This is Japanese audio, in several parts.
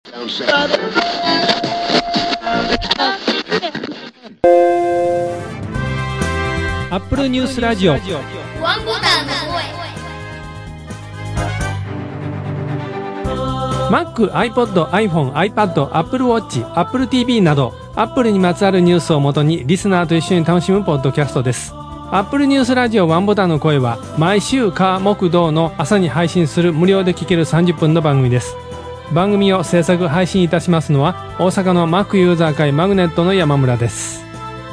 アップルニュースラジオワンボタンの声。 Mac、iPod、iPhone、iPad、Apple Watch、Apple TV など Apple にまつわるニュースをもとにリスナーと一緒に楽しむポッドキャストです。Apple ニュースラジオワンボタンの声は毎週火木土の朝に配信する無料で聴ける30分の番組です。番組を制作配信いたしますのは大阪の Mac ユーザー会マグネットの山村です。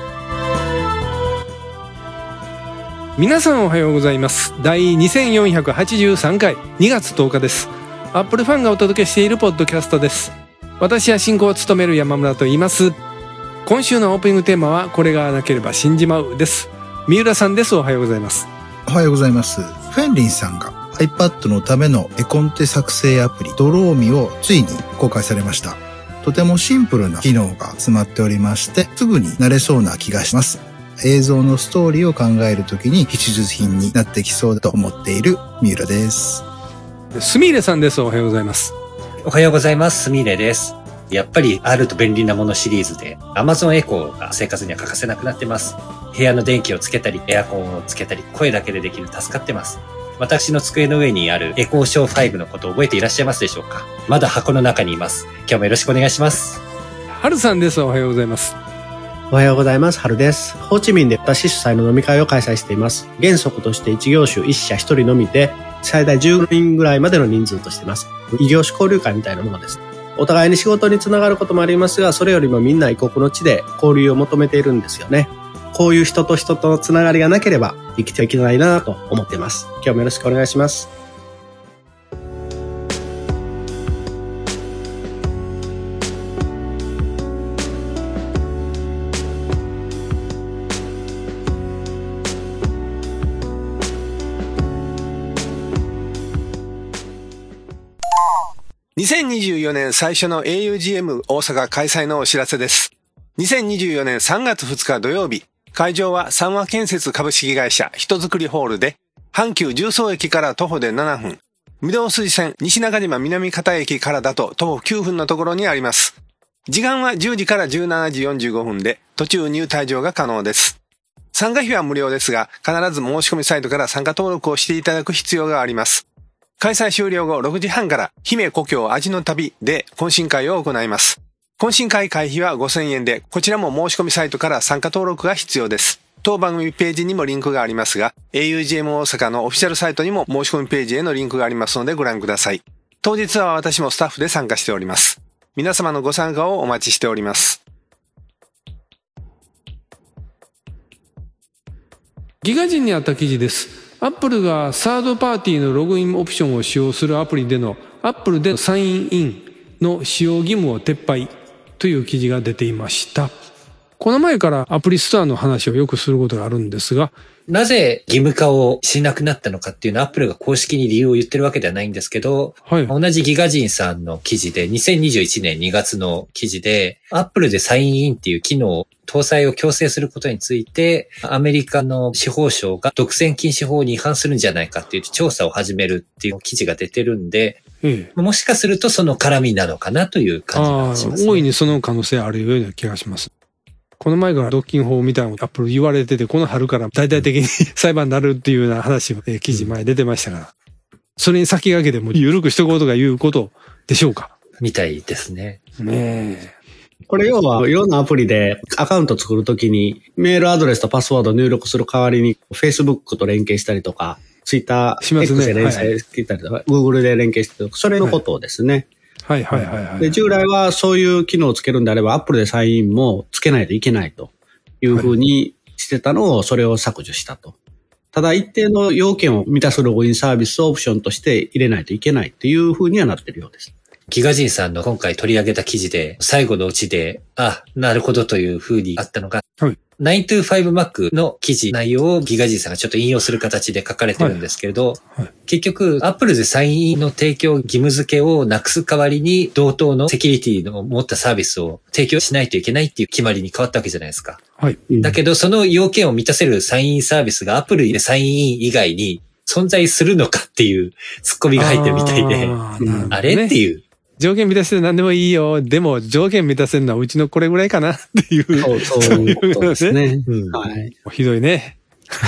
皆さんおはようございます。第2483回2月10日です。アップルファンがお届けしているポッドキャストです。私は進行を務める山村と言います。今週のオープニングテーマはこれがなければ死んじまうです。三浦さんです。おはようございます。 おはようございます。フェンリンさんが iPad のための絵コンテ作成アプリドローミをついに公開されました。とてもシンプルな機能が詰まっておりましてすぐに慣れそうな気がします。映像のストーリーを考えるときに必需品になってきそうだと思っている三浦です。 すみれさんです。おはようございます。 おはようございます。すみれです。やっぱりあると便利なものシリーズで Amazon エコーが生活には欠かせなくなってます。部屋の電気をつけたりエアコンをつけたり声だけでできる助かってます。私の机の上にあるエコーショー5のことを覚えていらっしゃいますでしょうか。まだ箱の中にいます。今日もよろしくお願いします。 はるさんです。おはようございます。 おはようございます。春です。ホーチミンで私主催の飲み会を開催しています。原則として1業種1社1人のみで最大10人ぐらいまでの人数としています。異業種交流会みたいなものです。お互いに仕事につながることもありますが、それよりもみんな異国の地で交流を求めているんですよね。こういう人と人とのつながりがなければ生きていけないなと思っています。今日もよろしくお願いします。 2024年最初の augm 大阪開催のお知らせです。2024年3月2日土曜日、会場は三和建設株式会社人づくりホールで、阪急十三駅から徒歩で7分、御堂筋線西中島南片駅からだと徒歩9分のところにあります。時間は10時から17時45分で、途中入退場が可能です。参加費は無料ですが、必ず申し込みサイトから参加登録をしていただく必要があります。開催終了後6時半から姫故郷味の旅で懇親会を行います。懇親会会費は5000円で、こちらも申し込みサイトから参加登録が必要です。当番組ページにもリンクがありますが、augm 大阪のオフィシャルサイトにも申し込みページへのリンクがありますのでご覧ください。当日は私もスタッフで参加しております。皆様のご参加をお待ちしております。ギガ人にあった記事です。アップルがサードパーティーのログインオプションを使用するアプリでのアップルでのサインインの使用義務を撤廃という記事が出ていました。この前からアプリストアの話をよくすることがあるんですが、 なぜ義務化をしなくなったのかっていうのはアップルが公式に理由を言ってるわけではないんですけど、はい、同じギガ人さんの記事で2021年2月の記事でアップルでサインインっていう機能搭載を強制することについてアメリカの司法省が独占禁止法に違反するんじゃないかっていう調査を始めるっていう記事が出てるんで、もしかするとその絡みなのかなという感じがしますね。 大いにその可能性あるような気がします。この前から独禁法みたいなのをアップル言われてて、この春から大々的に裁判になるっていうような話を記事前出てましたから、それに先駆けても緩くしとこうとかいうことでしょうか。 みたいですね。 これ要はいろんなアプリでアカウント作るときにメールアドレスとパスワードを入力する代わりに Facebook と連携したりとか、Twitter、X で連載したりとか、Google で連携したりとか、それのことですね。で、従来はそういう機能をつけるんであれば、Apple でサインインもつけないといけないというふうにしてたのを、それを削除したと。ただ一定の要件を満たすログインサービスをオプションとして入れないといけないというふうにはなっているようです。 ギガ人さんの今回取り上げた記事で、最後のうちで、なるほどというふうにあったのが、9to5Mac の記事内容をギガ人さんがちょっと引用する形で書かれてるんですけれど、結局 Apple でサインインの提供義務付けをなくす代わりに同等のセキュリティの持ったサービスを提供しないといけないっていう決まりに変わったわけじゃないですか。だけどその要件を満たせるサインインサービスが Apple でサインイン以外に存在するのかっていうツッコミが入ってるみたいで、あれっていう。 条件満たして何でもいいよ。でも条件満たせるのはうちのこれぐらいかなっていう。 そういうことですね。はい。 ひどいね。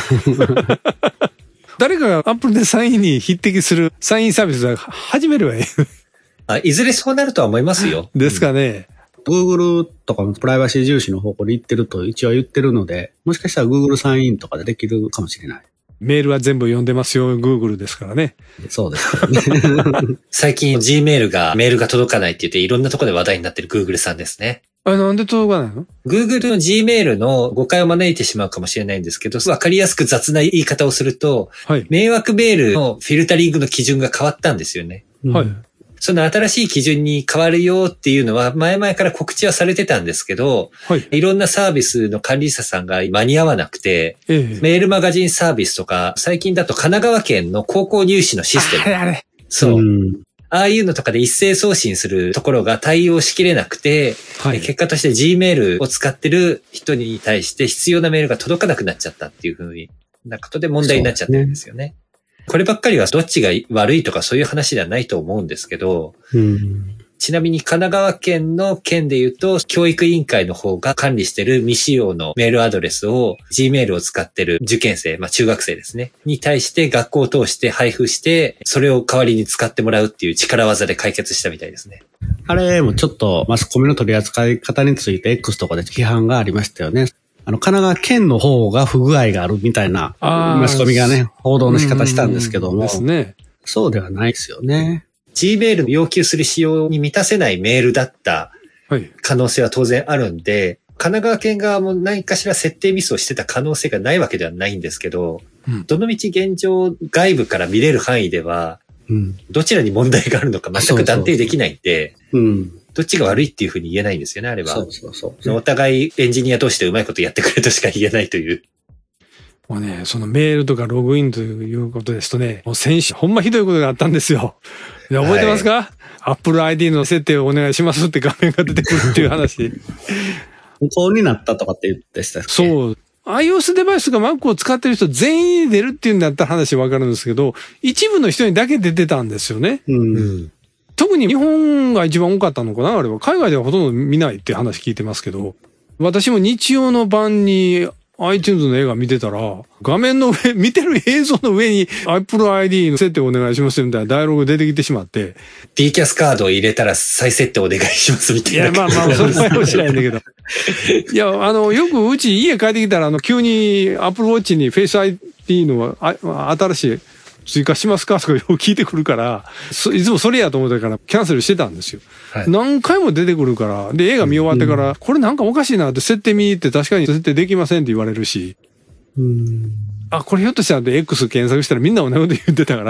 誰かが Apple でサインに匹敵するサインサービスは始めればいい。 いずれそうなるとは思いますよ。 ですかね。 Google とかもプライバシー重視の方向に行ってると一応言ってるので、もしかしたら Google サインとかでできるかもしれない。 メールは全部読んでますよ、Google ですからね。 そうですね。 最近 Gmail がメールが届かないって言っていろんなところで話題になってる Google さんですね。 なんで届かないの？ Google の Gmail の誤解を招いてしまうかもしれないんですけど、わかりやすく雑な言い方をすると、はい、迷惑メールのフィルタリングの基準が変わったんですよね。はい。その新しい基準に変わるよっていうのは前々から告知はされてたんですけど、はい、いろんなサービスの管理者さんが間に合わなくて、メールマガジンサービスとか、最近だと神奈川県の高校入試のシステム。 あれ。 そう。ああいうのとかで一斉送信するところが対応しきれなくて、はい、結果として Gmail を使ってる人に対して必要なメールが届かなくなっちゃったっていう風なことで問題になっちゃってるんですよね。こればっかりはどっちが悪いとかそういう話ではないと思うんですけど、ちなみに神奈川県の県で言うと、教育委員会の方が管理している未使用のメールアドレスを Gmail を使っている受験生、中学生ですね、に対して学校を通して配布して、それを代わりに使ってもらうっていう力技で解決したみたいですね。 あれもちょっとマスコミの取り扱い方について X とかで批判がありましたよね。神奈川県の方が不具合があるみたいなマスコミがね、報道の仕方したんですけども、ですね、そうではないですよね。 Gmail の要求する仕様に満たせないメールだった可能性は当然あるんで、神奈川県側も何かしら設定ミスをしてた可能性がないわけではないんですけど、どのみち現状外部から見れる範囲では、どちらに問題があるのか全く断定できないんで、どっちが悪いっていうふうに言えないんですよね、あれは。そうお互いエンジニア同士でうまいことやってくれとしか言えないという。 もうね、そのメールとかログインということですとね、もう先週ほんまひどいことがあったんですよ。覚えてますか？ Apple ID の設定をお願いしますって画面が出てくるっていう話。 無効になったとかって言ってたっけ？ そう。iOS デバイスが Mac を使ってる人全員に出るっていうんだったら話わかるんですけど、一部の人にだけ出てたんですよね。特に日本が一番多かったのかな、あれは。海外ではほとんど見ないって話聞いてますけど、私も日曜の晩にiTunes の映画見てたら、画面の上、見てる映像の上に Apple ID の設定お願いしますみたいなダイアログ出てきてしまって。 Pcas カードを入れたら再設定お願いしますみたいな。 いや、それは知らないんだけど。いや、よくうち家帰ってきたら、急に Apple Watch に Face ID の新しい追加しますかとかよく聞いてくるから、いつもそれやと思ったからキャンセルしてたんですよ。はい、何回も出てくるから、で、映画見終わってから、これなんかおかしいなって設定見に行って確かに設定できませんって言われるし、これひょっとしたらで X 検索したらみんな同じこと言ってたから、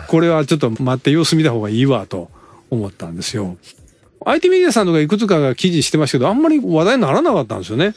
これはちょっと待って様子見た方がいいわと思ったんですよ。IT メディアさんとかいくつかが記事してましたけど、あんまり話題にならなかったんですよね。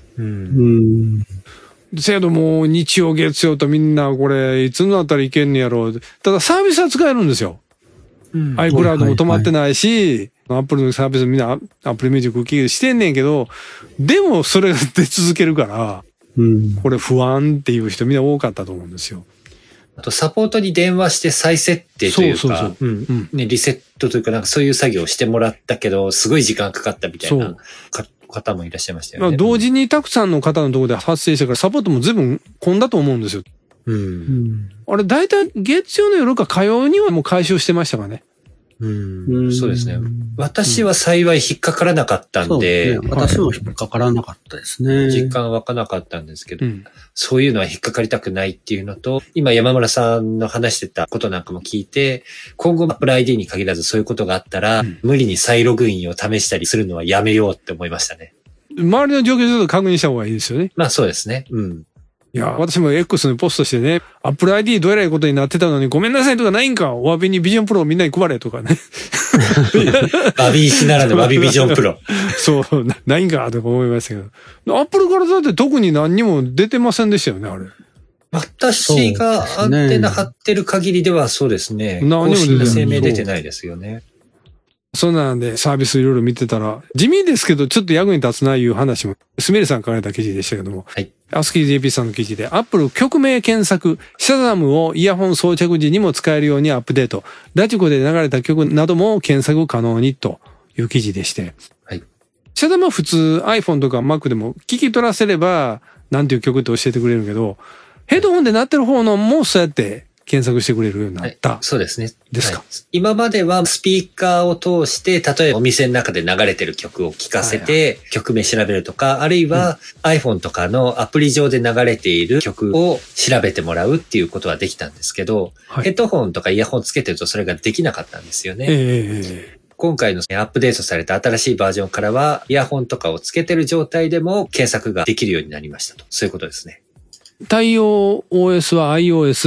せやども日曜月曜とみんなこれいつになったらいけんねやろう。ただサービスは使えるんですよ。iCloud も止まってないし、Apple のサービスみんな Apple Music 経由してんねんけど、でもそれが出続けるから、これ不安っていう人みんな多かったと思うんですよ。 あとサポートに電話して再設定というか、リセットというかなんかそういう作業をしてもらったけど、すごい時間かかったみたいな方もいらっしゃいましたよね。 同時にたくさんの方のところで発生したからサポートも随分混んだと思うんですよ。あれ大体月曜の夜か火曜にはもう解消してましたかね。 そうですね。私は幸い引っかからなかったんで、 私も引っかからなかったですね。 実感湧かなかったんですけど、そういうのは引っかかりたくないっていうのと、今山村さんの話してたことなんかも聞いて、今後 Apple ID に限らずそういうことがあったら、無理に再ログインを試したりするのはやめようって思いましたね。 周りの状況をちょっと確認した方がいいですよね。 そうですね。 いや、私も X にポストしてね、Apple ID どえらいことになってたのにごめんなさいとかないんか、お詫びにビジョンプロをみんなに配れとかね。 バビーしならぬバビビジョンプロ。 そう、ないんかとか思いましたけど。Apple からだって特に何にも出てませんでしたよね、あれ。 私がアンテナ張ってる限りではそうですね。何にも声明出てないですよね。 そんなんでサービスいろいろ見てたら、地味ですけどちょっと役に立つないう話も、スメルさんから書かれた記事でしたけども、 アスキー JP さんの記事で、Apple 曲名検索、シャザムをイヤホン装着時にも使えるようにアップデート。ラジコで流れた曲なども検索可能にという記事でして。 はい。 シャザムは普通 iPhone とか Mac でも聞き取らせれば、なんていう曲って教えてくれるけど、ヘッドホンで鳴ってる方のもそうやって検索してくれるようになった。 はい、そうですね。 ですか、 はい。今まではスピーカーを通して、例えばお店の中で流れてる曲を聴かせて、曲名調べるとか、あるいは iPhone とかのアプリ上で流れている曲を調べてもらうっていうことはできたんですけど、はい、ヘッドホンとかイヤホンつけてるとそれができなかったんですよね。今回のアップデートされた新しいバージョンからは、イヤホンとかをつけてる状態でも検索ができるようになりましたと。そういうことですね。 対応 OS は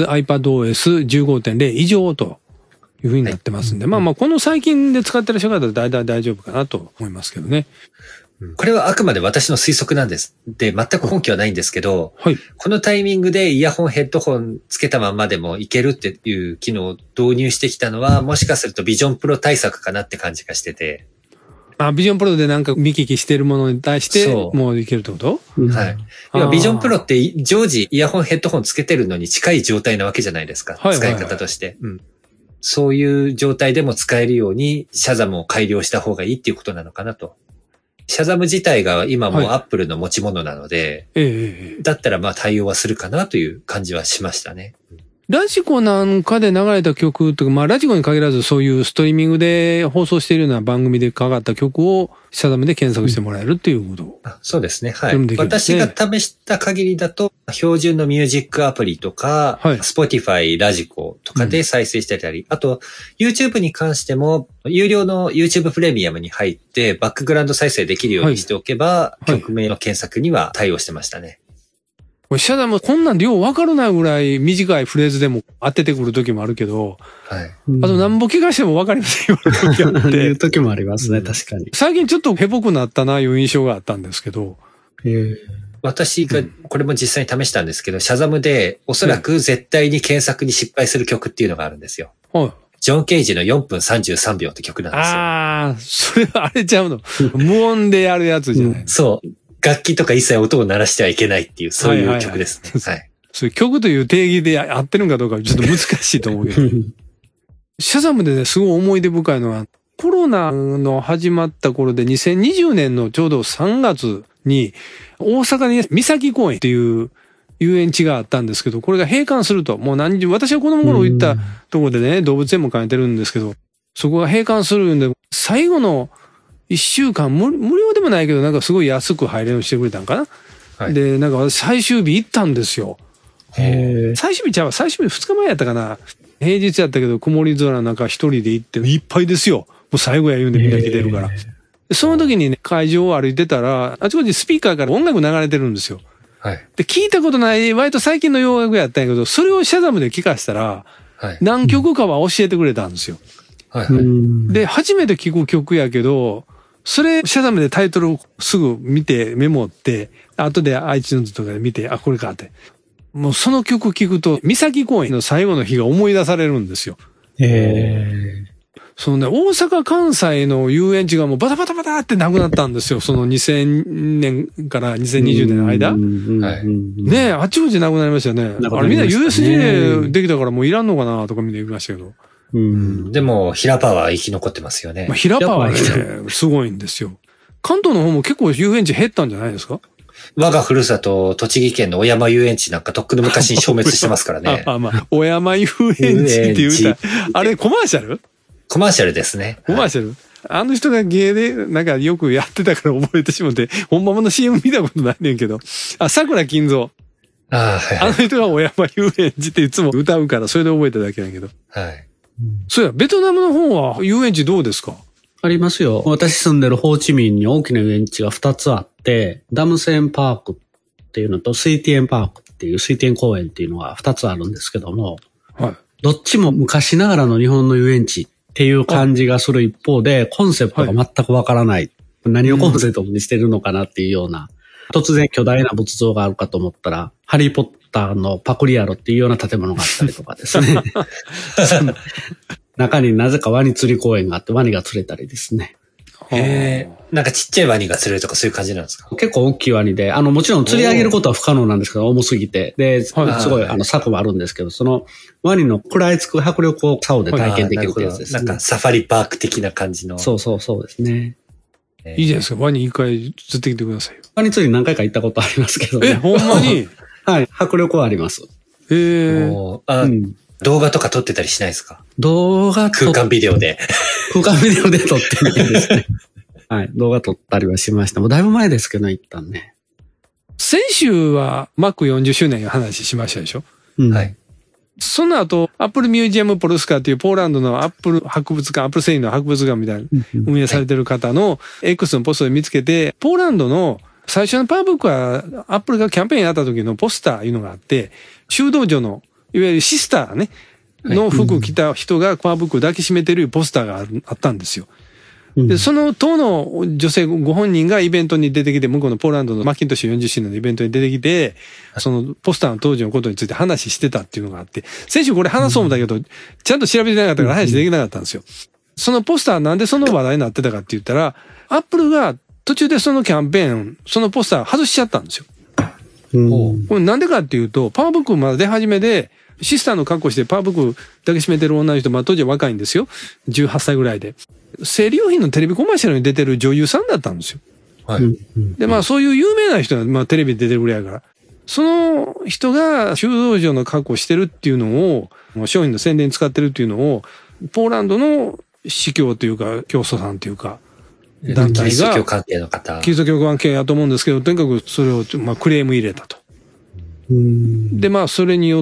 iOS、iPadOS15.0 以上という風になってますんで、はい、まあこの最近で使ってる人方は大体大丈夫かなと思いますけどね。 これはあくまで私の推測なんです。で、全く根拠はないんですけど、 はい、 このタイミングでイヤホン、ヘッドホンつけたまんまでもいけるっていう機能を導入してきたのは、もしかするとビジョンプロ対策かなって感じがしてて。 ビジョンプロでなんか見聞きしてるものに対して、もういけるってこと？ はい。要はビジョンプロって常時イヤホン、ヘッドホンつけてるのに近い状態なわけじゃないですか。はいはいはい、使い方として、そういう状態でも使えるように、シャザムを改良した方がいいっていうことなのかなと。シャザム自体が今もうアップルの持ち物なので、だったらまあ対応はするかなという感じはしましたね。 ラジコなんかで流れた曲とか、まあラジコに限らずそういうストリーミングで放送しているような番組でかかった曲をシャザムで検索してもらえるっていうこと、 そうですね。はい。私が試した限りだと、標準のミュージックアプリとか、はい、Spotify、ラジコとかで再生してたり、あと YouTube に関しても、有料の YouTube プレミアムに入ってバックグラウンド再生できるようにしておけば、曲名の検索には対応してましたね。 これシャザムこんなん量分からないぐらい短いフレーズでも当ててくる時もあるけど、 はい。 あと何ぼ聞かしても分かりませんよ時あって。 いう時もありますね、確かに。 最近ちょっとヘボくなったないう印象があったんですけど。 私がこれも実際に試したんですけど、シャザムでおそらく絶対に検索に失敗する曲っていうのがあるんですよ。 はい。 ジョン・ケイジの4分33秒って曲なんですよ。 ああ、それはあれちゃうの。無音でやるやつじゃない、 そう。楽器とか一切音を鳴らしてはいけないっていう、そういう曲ですね。はい。 そういう曲という定義で合ってるのかどうかちょっと難しいと思うけど。シャザムでね、すごい思い出深いのは、コロナの始まった頃で2020年のちょうど3月に、大阪に三崎公園っていう遊園地があったんですけど、これが閉館すると、もう私は子供頃行ったところでね、動物園も兼ねてるんですけど、そこが閉館するんで、最後の1週間無料でもないけど、なんかすごい安く入れるようにしてくれたんかな。はい、で、なんか私最終日行ったんですよ。最終日2日前やったかな。平日やったけど、曇り空の中一人で行って、いっぱいですよ。もう最後や言うんでみんな来てるから。その時にね、会場を歩いてたら、あちこちスピーカーから音楽流れてるんですよ。 はい。 で、聞いたことない、割と最近の洋楽やったんやけど、それをシャザムで聞かしたら、 はい、 何曲かは教えてくれたんですよ。 はいはい。 で、初めて聞く曲やけど、それ、シャザムでタイトルをすぐ見てメモって、後で iTunes とかで見て、あ、これかって。もうその曲聞くと、三崎公園の最後の日が思い出されるんですよ。そのね、大阪関西の遊園地がもうバタバタバタってなくなったんですよ。その2000年から2020年の間。ねえ、あっちこちなくなりましたよね。あれみんな USJ でできたからもういらんのかなとかみんな言いましたけど。 でも、平場は生き残ってますよね。 まあ、平場はね、すごいんですよ。関東の方も結構遊園地減ったんじゃないですか？ 我がふるさと、栃木県の小山遊園地なんかとっくの昔に消滅してますからね。 小山遊園地って言うたら、あれコマーシャル？ コマーシャルですね。 コマーシャル？あの人が芸で、なんかよくやってたから覚えてしまって、本物の CM 見たことないねんけど。桜金蔵。あの人が小山遊園地っていつも歌うから、それで覚えただけだけど。 はい。 そうや、ベトナムの方は遊園地どうですか？ ありますよ。私住んでるホーチミンに大きな遊園地が2つあって、ダムセンパークっていうのとスイティエンパークっていうスイティエン公園っていうのが2つあるんですけども、 はい。 どっちも昔ながらの日本の遊園地っていう感じがする一方で、コンセプトが全くわからない。何をコンセプトにしてるのかなっていうような、突然巨大な仏像があるかと思ったら、ハリーポッターのパクリアロっていうような建物があったりとかですね。中になぜかワニ釣り公園があってワニが釣れたりですね。 なんかちっちゃいワニが釣れるとかそういう感じなんですか？ 結構大きいワニで、もちろん釣り上げることは不可能なんですけど、重すぎて。で、すごい、柵もあるんですけど、そのワニの食らいつく迫力を竿で体験できるってやつですね。 なんかサファリパーク的な感じの。 そうですね。 いいじゃないですか。ワニ一回釣ってきてくださいよ。 ワニ釣り何回か行ったことありますけどね。 ほんまにはい。迫力はあります。 動画とか撮ってたりしないですか？ 空間ビデオで撮ってないですね。はい。動画撮ったりはしました。もうだいぶ前ですけど、一旦ね。 先週は Mac40 周年の話しましたでしょ？ はい。 その後、Apple Museum Polska っていうポーランドの Apple 博物館、Apple 製品の博物館みたいな運営されてる方の X のポストで見つけて、ポーランドの最初のパワーブックは Apple がキャンペーンやった時のポスターいうのがあって、修道女の、いわゆるシスターね、の服着た人がパワーブックを抱きしめてるポスターがあったんですよ。で、その当の女性ご本人がイベントに出てきて、向こうのポーランドのマッキントッシュ40周年のイベントに出てきて、そのポスターの当時のことについて話してたっていうのがあって、先週これ話そうもだけど、ちゃんと調べてなかったから話できなかったんですよ。そのポスターなんでその話題になってたかって言ったら、アップルが途中でそのキャンペーン、そのポスター外しちゃったんですよ。これなんでかっていうと、パワーブックまだ出始めで、シスターの格好してパワーブック抱きしめてる女の人、当時は若いんですよ。18歳ぐらいで。生理用品のテレビコマーシャルに出てる女優さんだったんですよ。 はい。 で、そういう有名な人が、テレビで出てるぐらいだから。その人が修道女の格好してるっていうのを、商品の宣伝に使ってるっていうのを、ポーランドの司教というか、教祖さんというか、団体が、キリスト教関係の方。 キリスト教関係やと思うんですけど、とにかくそれを、クレーム入れたと。で、それによって、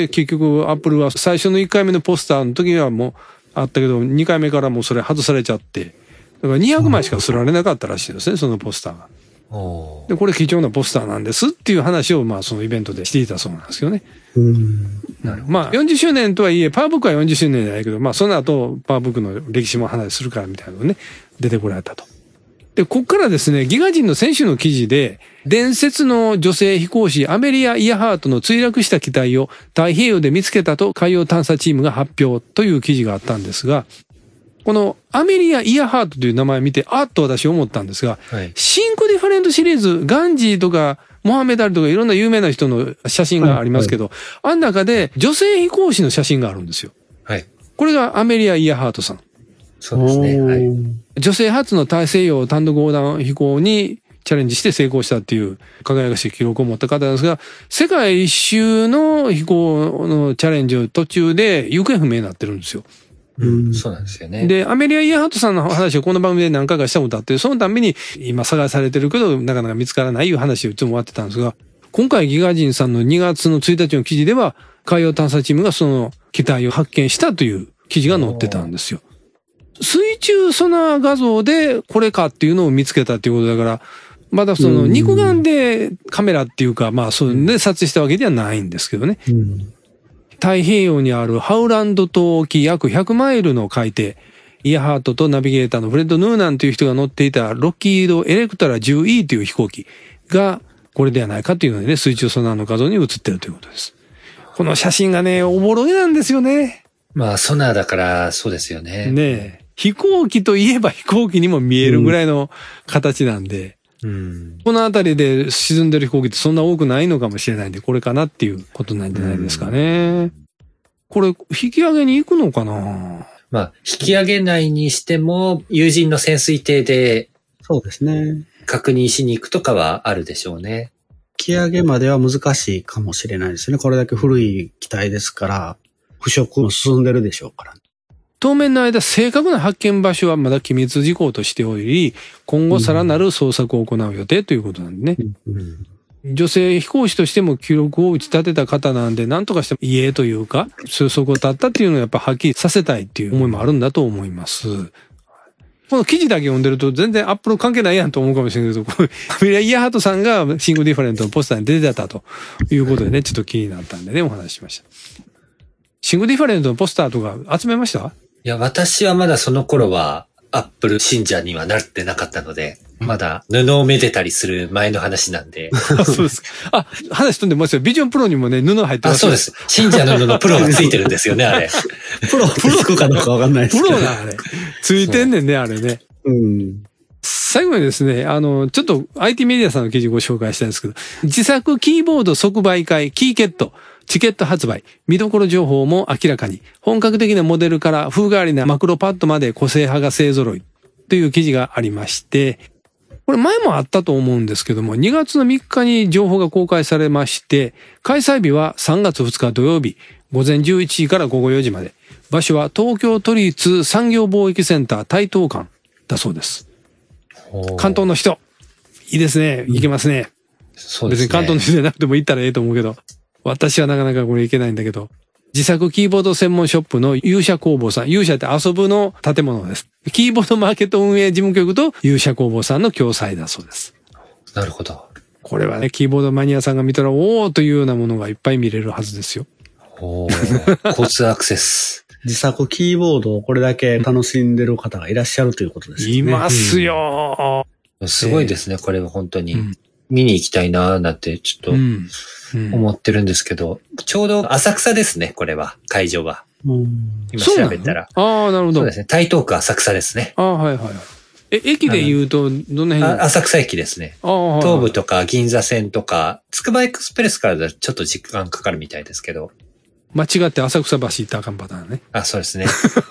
結局、アップルは最初の1回目のポスターの時はもうあったけど、2回目からもうそれ外されちゃって、だから200枚しか刷られなかったらしいですね、そのポスターが。で、これ貴重なポスターなんですっていう話を、そのイベントでしていたそうなんですけどね。なるほど。40周年とはいえ、パワーブックは40周年じゃないけど、その後、パワーブックの歴史も話するからみたいなのがね、出てこられたと。で、こっからですね、ギガ人の先週の記事で、伝説の女性飛行士アメリア・イヤハートの墜落した機体を太平洋で見つけたと海洋探査チームが発表という記事があったんですが、このアメリア・イヤハートという名前を見て、と私思ったんですが、シンクディファレントシリーズ、ガンジーとか、モハメダルとかいろんな有名な人の写真がありますけど、あん中で女性飛行士の写真があるんですよ。 はい。 これがアメリア・イヤハートさん。 そうですね。はい。 女性初の大西洋単独横断飛行にチャレンジして成功したっていう輝かしい記録を持った方なんですが、世界一周の飛行のチャレンジを途中で行方不明になってるんですよ。 そうなんですよね。 で、アメリア・イヤハートさんの話をこの番組で何回かしたことあって、そのために今探されてるけど、なかなか見つからないいう話をいつも終わってたんですが、今回ギガ人さんの2月の1日の記事では、海洋探査チームがその機体を発見したという記事が載ってたんですよ。水中ソナー画像でこれかっていうのを見つけたっていうことだから、まだその肉眼でカメラっていうか、そういうので撮影したわけではないんですけどね。太平洋にあるハウランド島沖約100マイルの海底、イヤハートとナビゲーターのフレッド・ヌーナンという人が乗っていたロッキード・エレクトラ 10E という飛行機がこれではないかというのでね、水中ソナーの画像に映ってるということです。この写真がね、おぼろげなんですよね。 ソナーだからそうですよね。 ねえ。飛行機といえば飛行機にも見えるぐらいの形なんで、この辺りで沈んでる飛行機ってそんな多くないのかもしれないんで、これかなっていうことなんじゃないですかね。これ、引き上げに行くのかな？ 引き上げないにしても、友人の潜水艇で、 そうですね。 確認しに行くとかはあるでしょうね。 引き上げまでは難しいかもしれないですね。これだけ古い機体ですから、腐食も進んでるでしょうから。 当面の間、正確な発見場所はまだ機密事項としており、今後さらなる捜索を行う予定ということなんでね。女性飛行士としても記録を打ち立てた方なんで、何とかして家というか、そこを立ったっていうのをやっぱはっきりさせたいっていう思いもあるんだと思います。この記事だけ読んでると全然アップル関係ないやんと思うかもしれないけど、アメリア・イヤハートさんがシング・ディファレントのポスターに出てたということでね、ちょっと気になったんでね、お話ししました。シング・ディファレントのポスターとか集めました？ いや、私はまだその頃はアップル信者にはなってなかったので、まだ布をめでたりする前の話なんで。 そうですか。話飛んでますよ。ビジョンプロにもね、布入ってます。 そうです。信者の布プロがついてるんですよね、あれ。 プロかどうかわかんないですけど。 プロだ、あれ。ついてんねんね、あれね。 最後にですね、ちょっと IT メディアさんの記事をご紹介したいんですけど、自作キーボード即売会キーケット、チケット発売、見どころ情報も明らかに、本格的なモデルから風変わりなマクロパッドまで個性派が勢揃いという記事がありまして、これ前もあったと思うんですけども、2月の3日に情報が公開されまして、開催日は3月2日土曜日、午前11時から午後4時まで。場所は東京都立産業貿易センター台東館だそうです。関東の人、いいですね。行けますね。 そうですね。 別に関東の人じゃなくても行ったらええと思うけど、私はなかなかこれ行けないんだけど、自作キーボード専門ショップの勇者工房さん。勇者って遊ぶの建物です。キーボードマーケット運営事務局と勇者工房さんの共催だそうです。 なるほど。 これはね、キーボードマニアさんが見たら、おーというようなものがいっぱい見れるはずですよ。 交通アクセス。 自作キーボードをこれだけ楽しんでる方がいらっしゃるということですね。 いますよ、 すごいですね、これは本当に。見に行きたいなーなんてちょっと思ってるんですけど、ちょうど浅草ですね、これは、会場は。今調べたら。 ああ、なるほど。 そうですね、台東区浅草ですね。 ああ、はいはい。駅で言うと、どの辺浅草駅ですね。東武とか銀座線とか、つくばエクスプレスからだとちょっと時間かかるみたいですけど。 間違って浅草橋行ったらあかんパターンね。 あ、そうですね。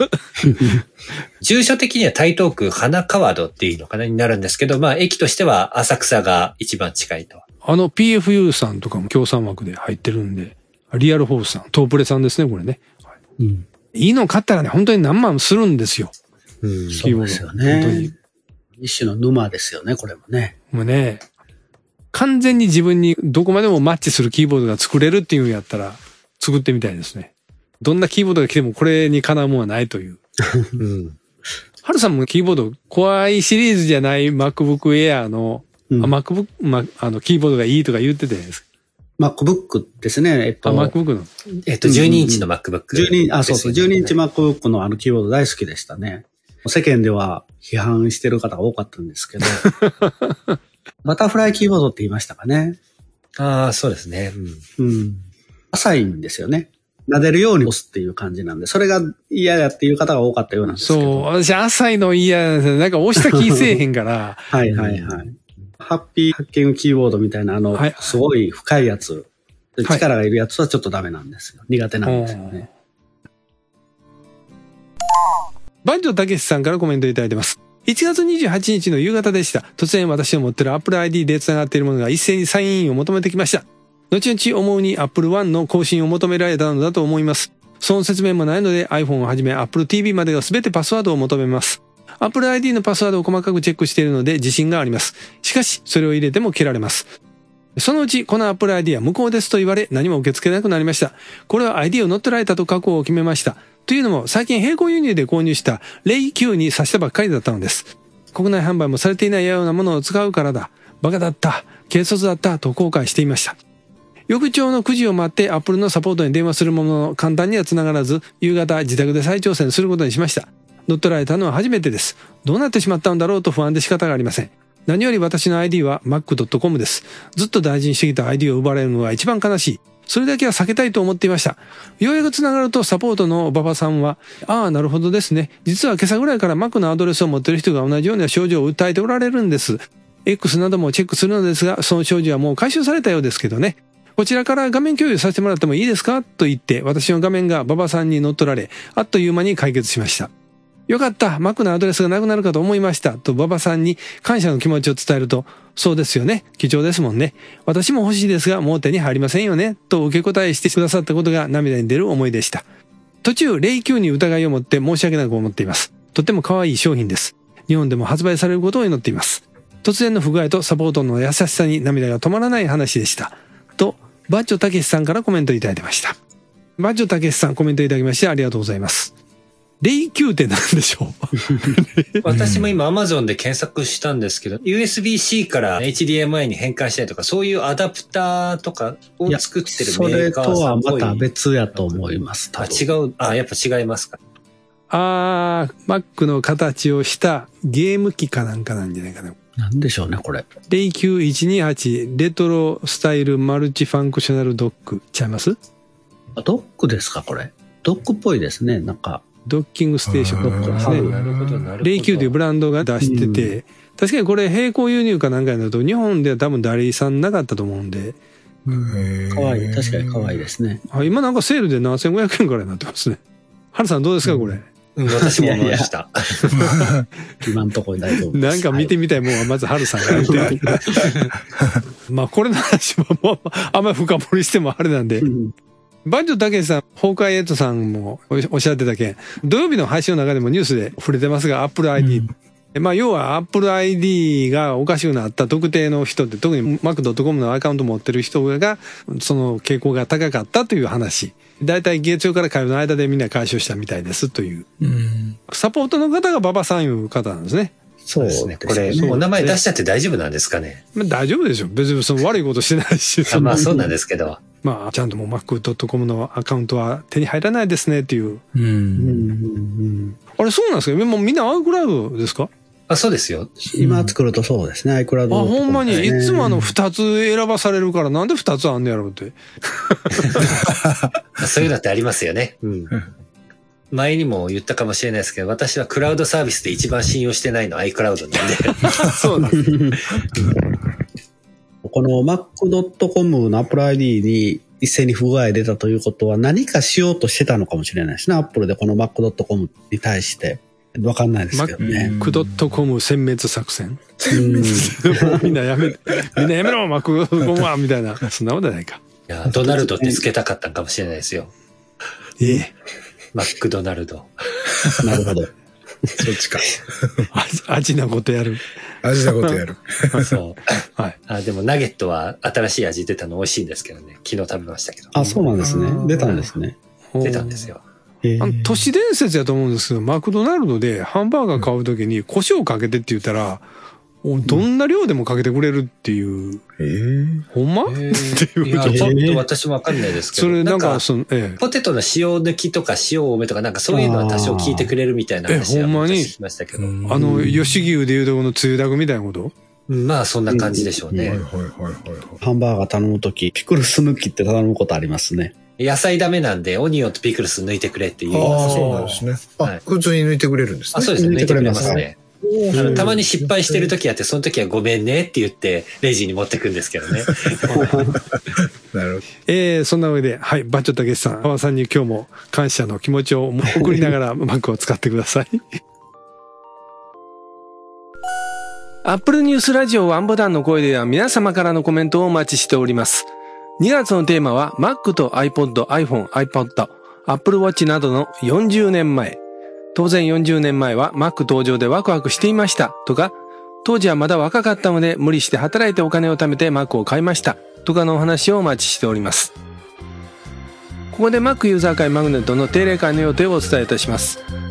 住所的には台東区花川戸っていうのかなになるんですけど、まあ駅としては浅草が一番近いと。 PFU さんとかも協賛枠で入ってるんで、リアルフォースさん、トープレさんですね、これね。いいの買ったらね、本当に何万するんですよ。 そうですよね。本当に。一種の沼ですよね、これもね。 もうね、完全に自分にどこまでもマッチするキーボードが作れるっていうんやったら、作ってみたいですね。どんなキーボードが来てもこれにかなうもんはないという。ハルさんもキーボード、怖いシリーズじゃない MacBook Air の、MacBook、キーボードがいいとか言ってたじゃないですか。 MacBook ですね。 MacBook の。 12インチの MacBook。 12インチ MacBook のキーボード大好きでしたね。世間では批判してる方が多かったんですけど。バタフライキーボードって言いましたかね。 ああ、そうですね。 浅いんですよね。撫でるように押すっていう感じなんで、それが嫌だっていう方が多かったようなんですけど。 そう、私浅いの嫌なんですよ。なんか押した気せえへんから。 はいはいはい。ハッピーハッキングキーボードみたいなすごい深いやつ、力がいるやつはちょっとダメなんですよ。苦手なんですよね。 番長たけしさんからコメントいただいてます。1月28日の夕方でした。突然私の持ってる Apple ID で繋がっているものが一斉にサインインを求めてきました。後々思うに Apple One の更新を求められたのだと思います。その説明もないので iPhone をはじめ Apple TV までが全てパスワードを求めます。Apple ID のパスワードを細かくチェックしているので自信があります。しかし、それを入れても蹴られます。そのうち、この Apple ID は無効ですと言われ、何も受け付けなくなりました。これは ID を乗っ取られたと覚悟を決めました。というのも、最近並行輸入で購入したレイ Q に挿したばっかりだったのです。国内販売もされていないようなものを使うからだ。バカだった。軽率だった。と後悔していました。翌朝の9時を待って Apple のサポートに電話するものの簡単には繋がらず、夕方自宅で再挑戦することにしました。乗っ取られたのは初めてです。どうなってしまったんだろうと不安で仕方がありません。何より私の ID は mac.com です。ずっと大事にしてきた ID を奪われるのが一番悲しい。それだけは避けたいと思っていました。ようやく繋がるとサポートの馬場さんは、ああ、なるほどですね。実は今朝ぐらいから Mac のアドレスを持っている人が同じような症状を訴えておられるんです。X などもチェックするのですが、その症状はもう解消されたようですけどね。こちらから画面共有させてもらってもいいですかと言って、私の画面が馬場さんに乗っ取られ、あっという間に解決しました。よかった、Mac のアドレスがなくなるかと思いました、と馬場さんに感謝の気持ちを伝えると、そうですよね、貴重ですもんね。私も欲しいですが、もう手に入りませんよね、と受け答えしてくださったことが涙に出る思いでした。途中、レイ Q に疑いを持って申し訳なく思っています。とっても可愛い商品です。日本でも発売されることを祈っています。突然の不具合とサポートの優しさに涙が止まらない話でした。と、バッチョたけしさんからコメントいただいてました。バッチョたけしさんコメントいただきましてありがとうございます。レイ Q って何でしょう私も今 Amazon で検索したんですけど、USB-C から HDMI に変換したりとか、そういうアダプターとかを作ってるメーカーさんっぽい。 それとはまた別やと思います。 違う。やっぱ違いますか。 Mac の形をしたゲーム機かなんかなんじゃないかな。 なんでしょうね、これ。 レイ Q128 レトロスタイルマルチファンクショナルドックちゃいます？ ドックですか、これ。ドックっぽいですね。なんか、 ドッキングステーションとかですね。 なるほど、なるほど。 レイキューというブランドが出してて、確かにこれ並行輸入かなんかになると、日本では多分ダリーさんなかったと思うんで。 かわいい。確かにかわいいですね。 今なんかセールで7500円くらいになってますね。ハルさんどうですか、これ。 私も思いました。 今んところ大丈夫です。 なんか見てみたいもんはまずハルさんが見てまあこれの話はもうあんまり深掘りしてもあれなんで。バンジョたけしさん、崩壊エイトさんもおっしゃってたけん、土曜日の配信の中でもニュースで触れてますが、Apple ID。まあ要は Apple ID がおかしくなった特定の人って、特に Mac.com のアカウント持ってる人が、その傾向が高かったという話。だいたい月曜から火曜の間でみんな解消したみたいですという。サポートの方が馬場さんいう方なんですね。 そうですね。これ、お名前出しちゃって大丈夫なんですかね。 まあ大丈夫でしょ。別にその悪いことしてないし。 まあそうなんですけど。 まあちゃんともう Mac.com のアカウントは手に入らないですねっていう。あれそうなんですか？もうみんな iCloud ですか？ あ、そうですよ。 今作るとそうですね。iCloud。 あ、ほんまに。いつも2つ選ばされるからなんで2つあんねやろうって。 そういうのってありますよね。前にも言ったかもしれないですけど、私はクラウドサービスで一番信用してないのは iCloud なんで。 そうなんです。 この Mac.com の Apple ID に一斉に不具合出たということは何かしようとしてたのかもしれないですね。Apple でこの Mac.com に対して。わかんないですけどね。 Mac.com 殲滅作戦。みんなやめろ、Mac.com はみたいな。そんなことないか。 いや、ドナルドってつけたかったんかもしれないですよ。マックドナルド。 なるほど。 そっちか。 味なことやる。 味なことやる。 そう。はい。でもナゲットは新しい味出たの美味しいんですけどね。昨日食べましたけど。 あ、そうなんですね。出たんですね。 出たんですよ。 都市伝説やと思うんですけど、マクドナルドでハンバーガー買うときに胡椒かけてって言ったら、どんな量でもかけてくれるっていう。ほんまっていう。 いや、ちょっと私もわかんないですけど。 それなんか、 ポテトの塩抜きとか塩多めとかなんかそういうのは多少聞いてくれるみたいな話は聞きましたけど。 吉牛でいうとこのつゆだくみたいなこと？ まあそんな感じでしょうね。 ハンバーガー頼むとき、ピクルス抜きって頼むことありますね。 野菜ダメなんで、オニオンとピクルス抜いてくれっていう。 そうなんですね。普通に抜いてくれるんですね。 そうですね。抜いてくれますね。たまに失敗してる時あって、その時はごめんねって言って、レジに持ってくんですけどね。 なるほど。 そんな上で、はい、バッチョたけしさん、馬場さんに今日も感謝の気持ちを送りながらMacを使ってください。Apple News ラジオワンボタンの声では皆様からのコメントをお待ちしております。2月のテーマは Mac と iPod、iPhone、iPod、Apple Watch などの40年前。当然40年前は Mac 登場でワクワクしていましたとか、当時はまだ若かったので無理して働いてお金を貯めて Mac を買いましたとかのお話をお待ちしております。ここで Mac ユーザー会マグネットの定例会の予定をお伝えいたします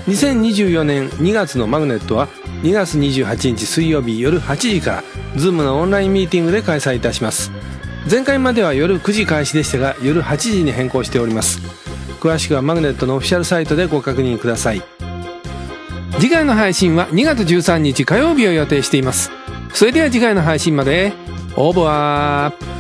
。2024年2月のマグネットは2月28日水曜日夜8時から Zoom のオンラインミーティングで開催いたします。前回までは夜9時開始でしたが夜8時に変更しております。詳しくはマグネットのオフィシャルサイトでご確認ください。次回の配信は2月13日火曜日を予定しています。それでは次回の配信までオーバー。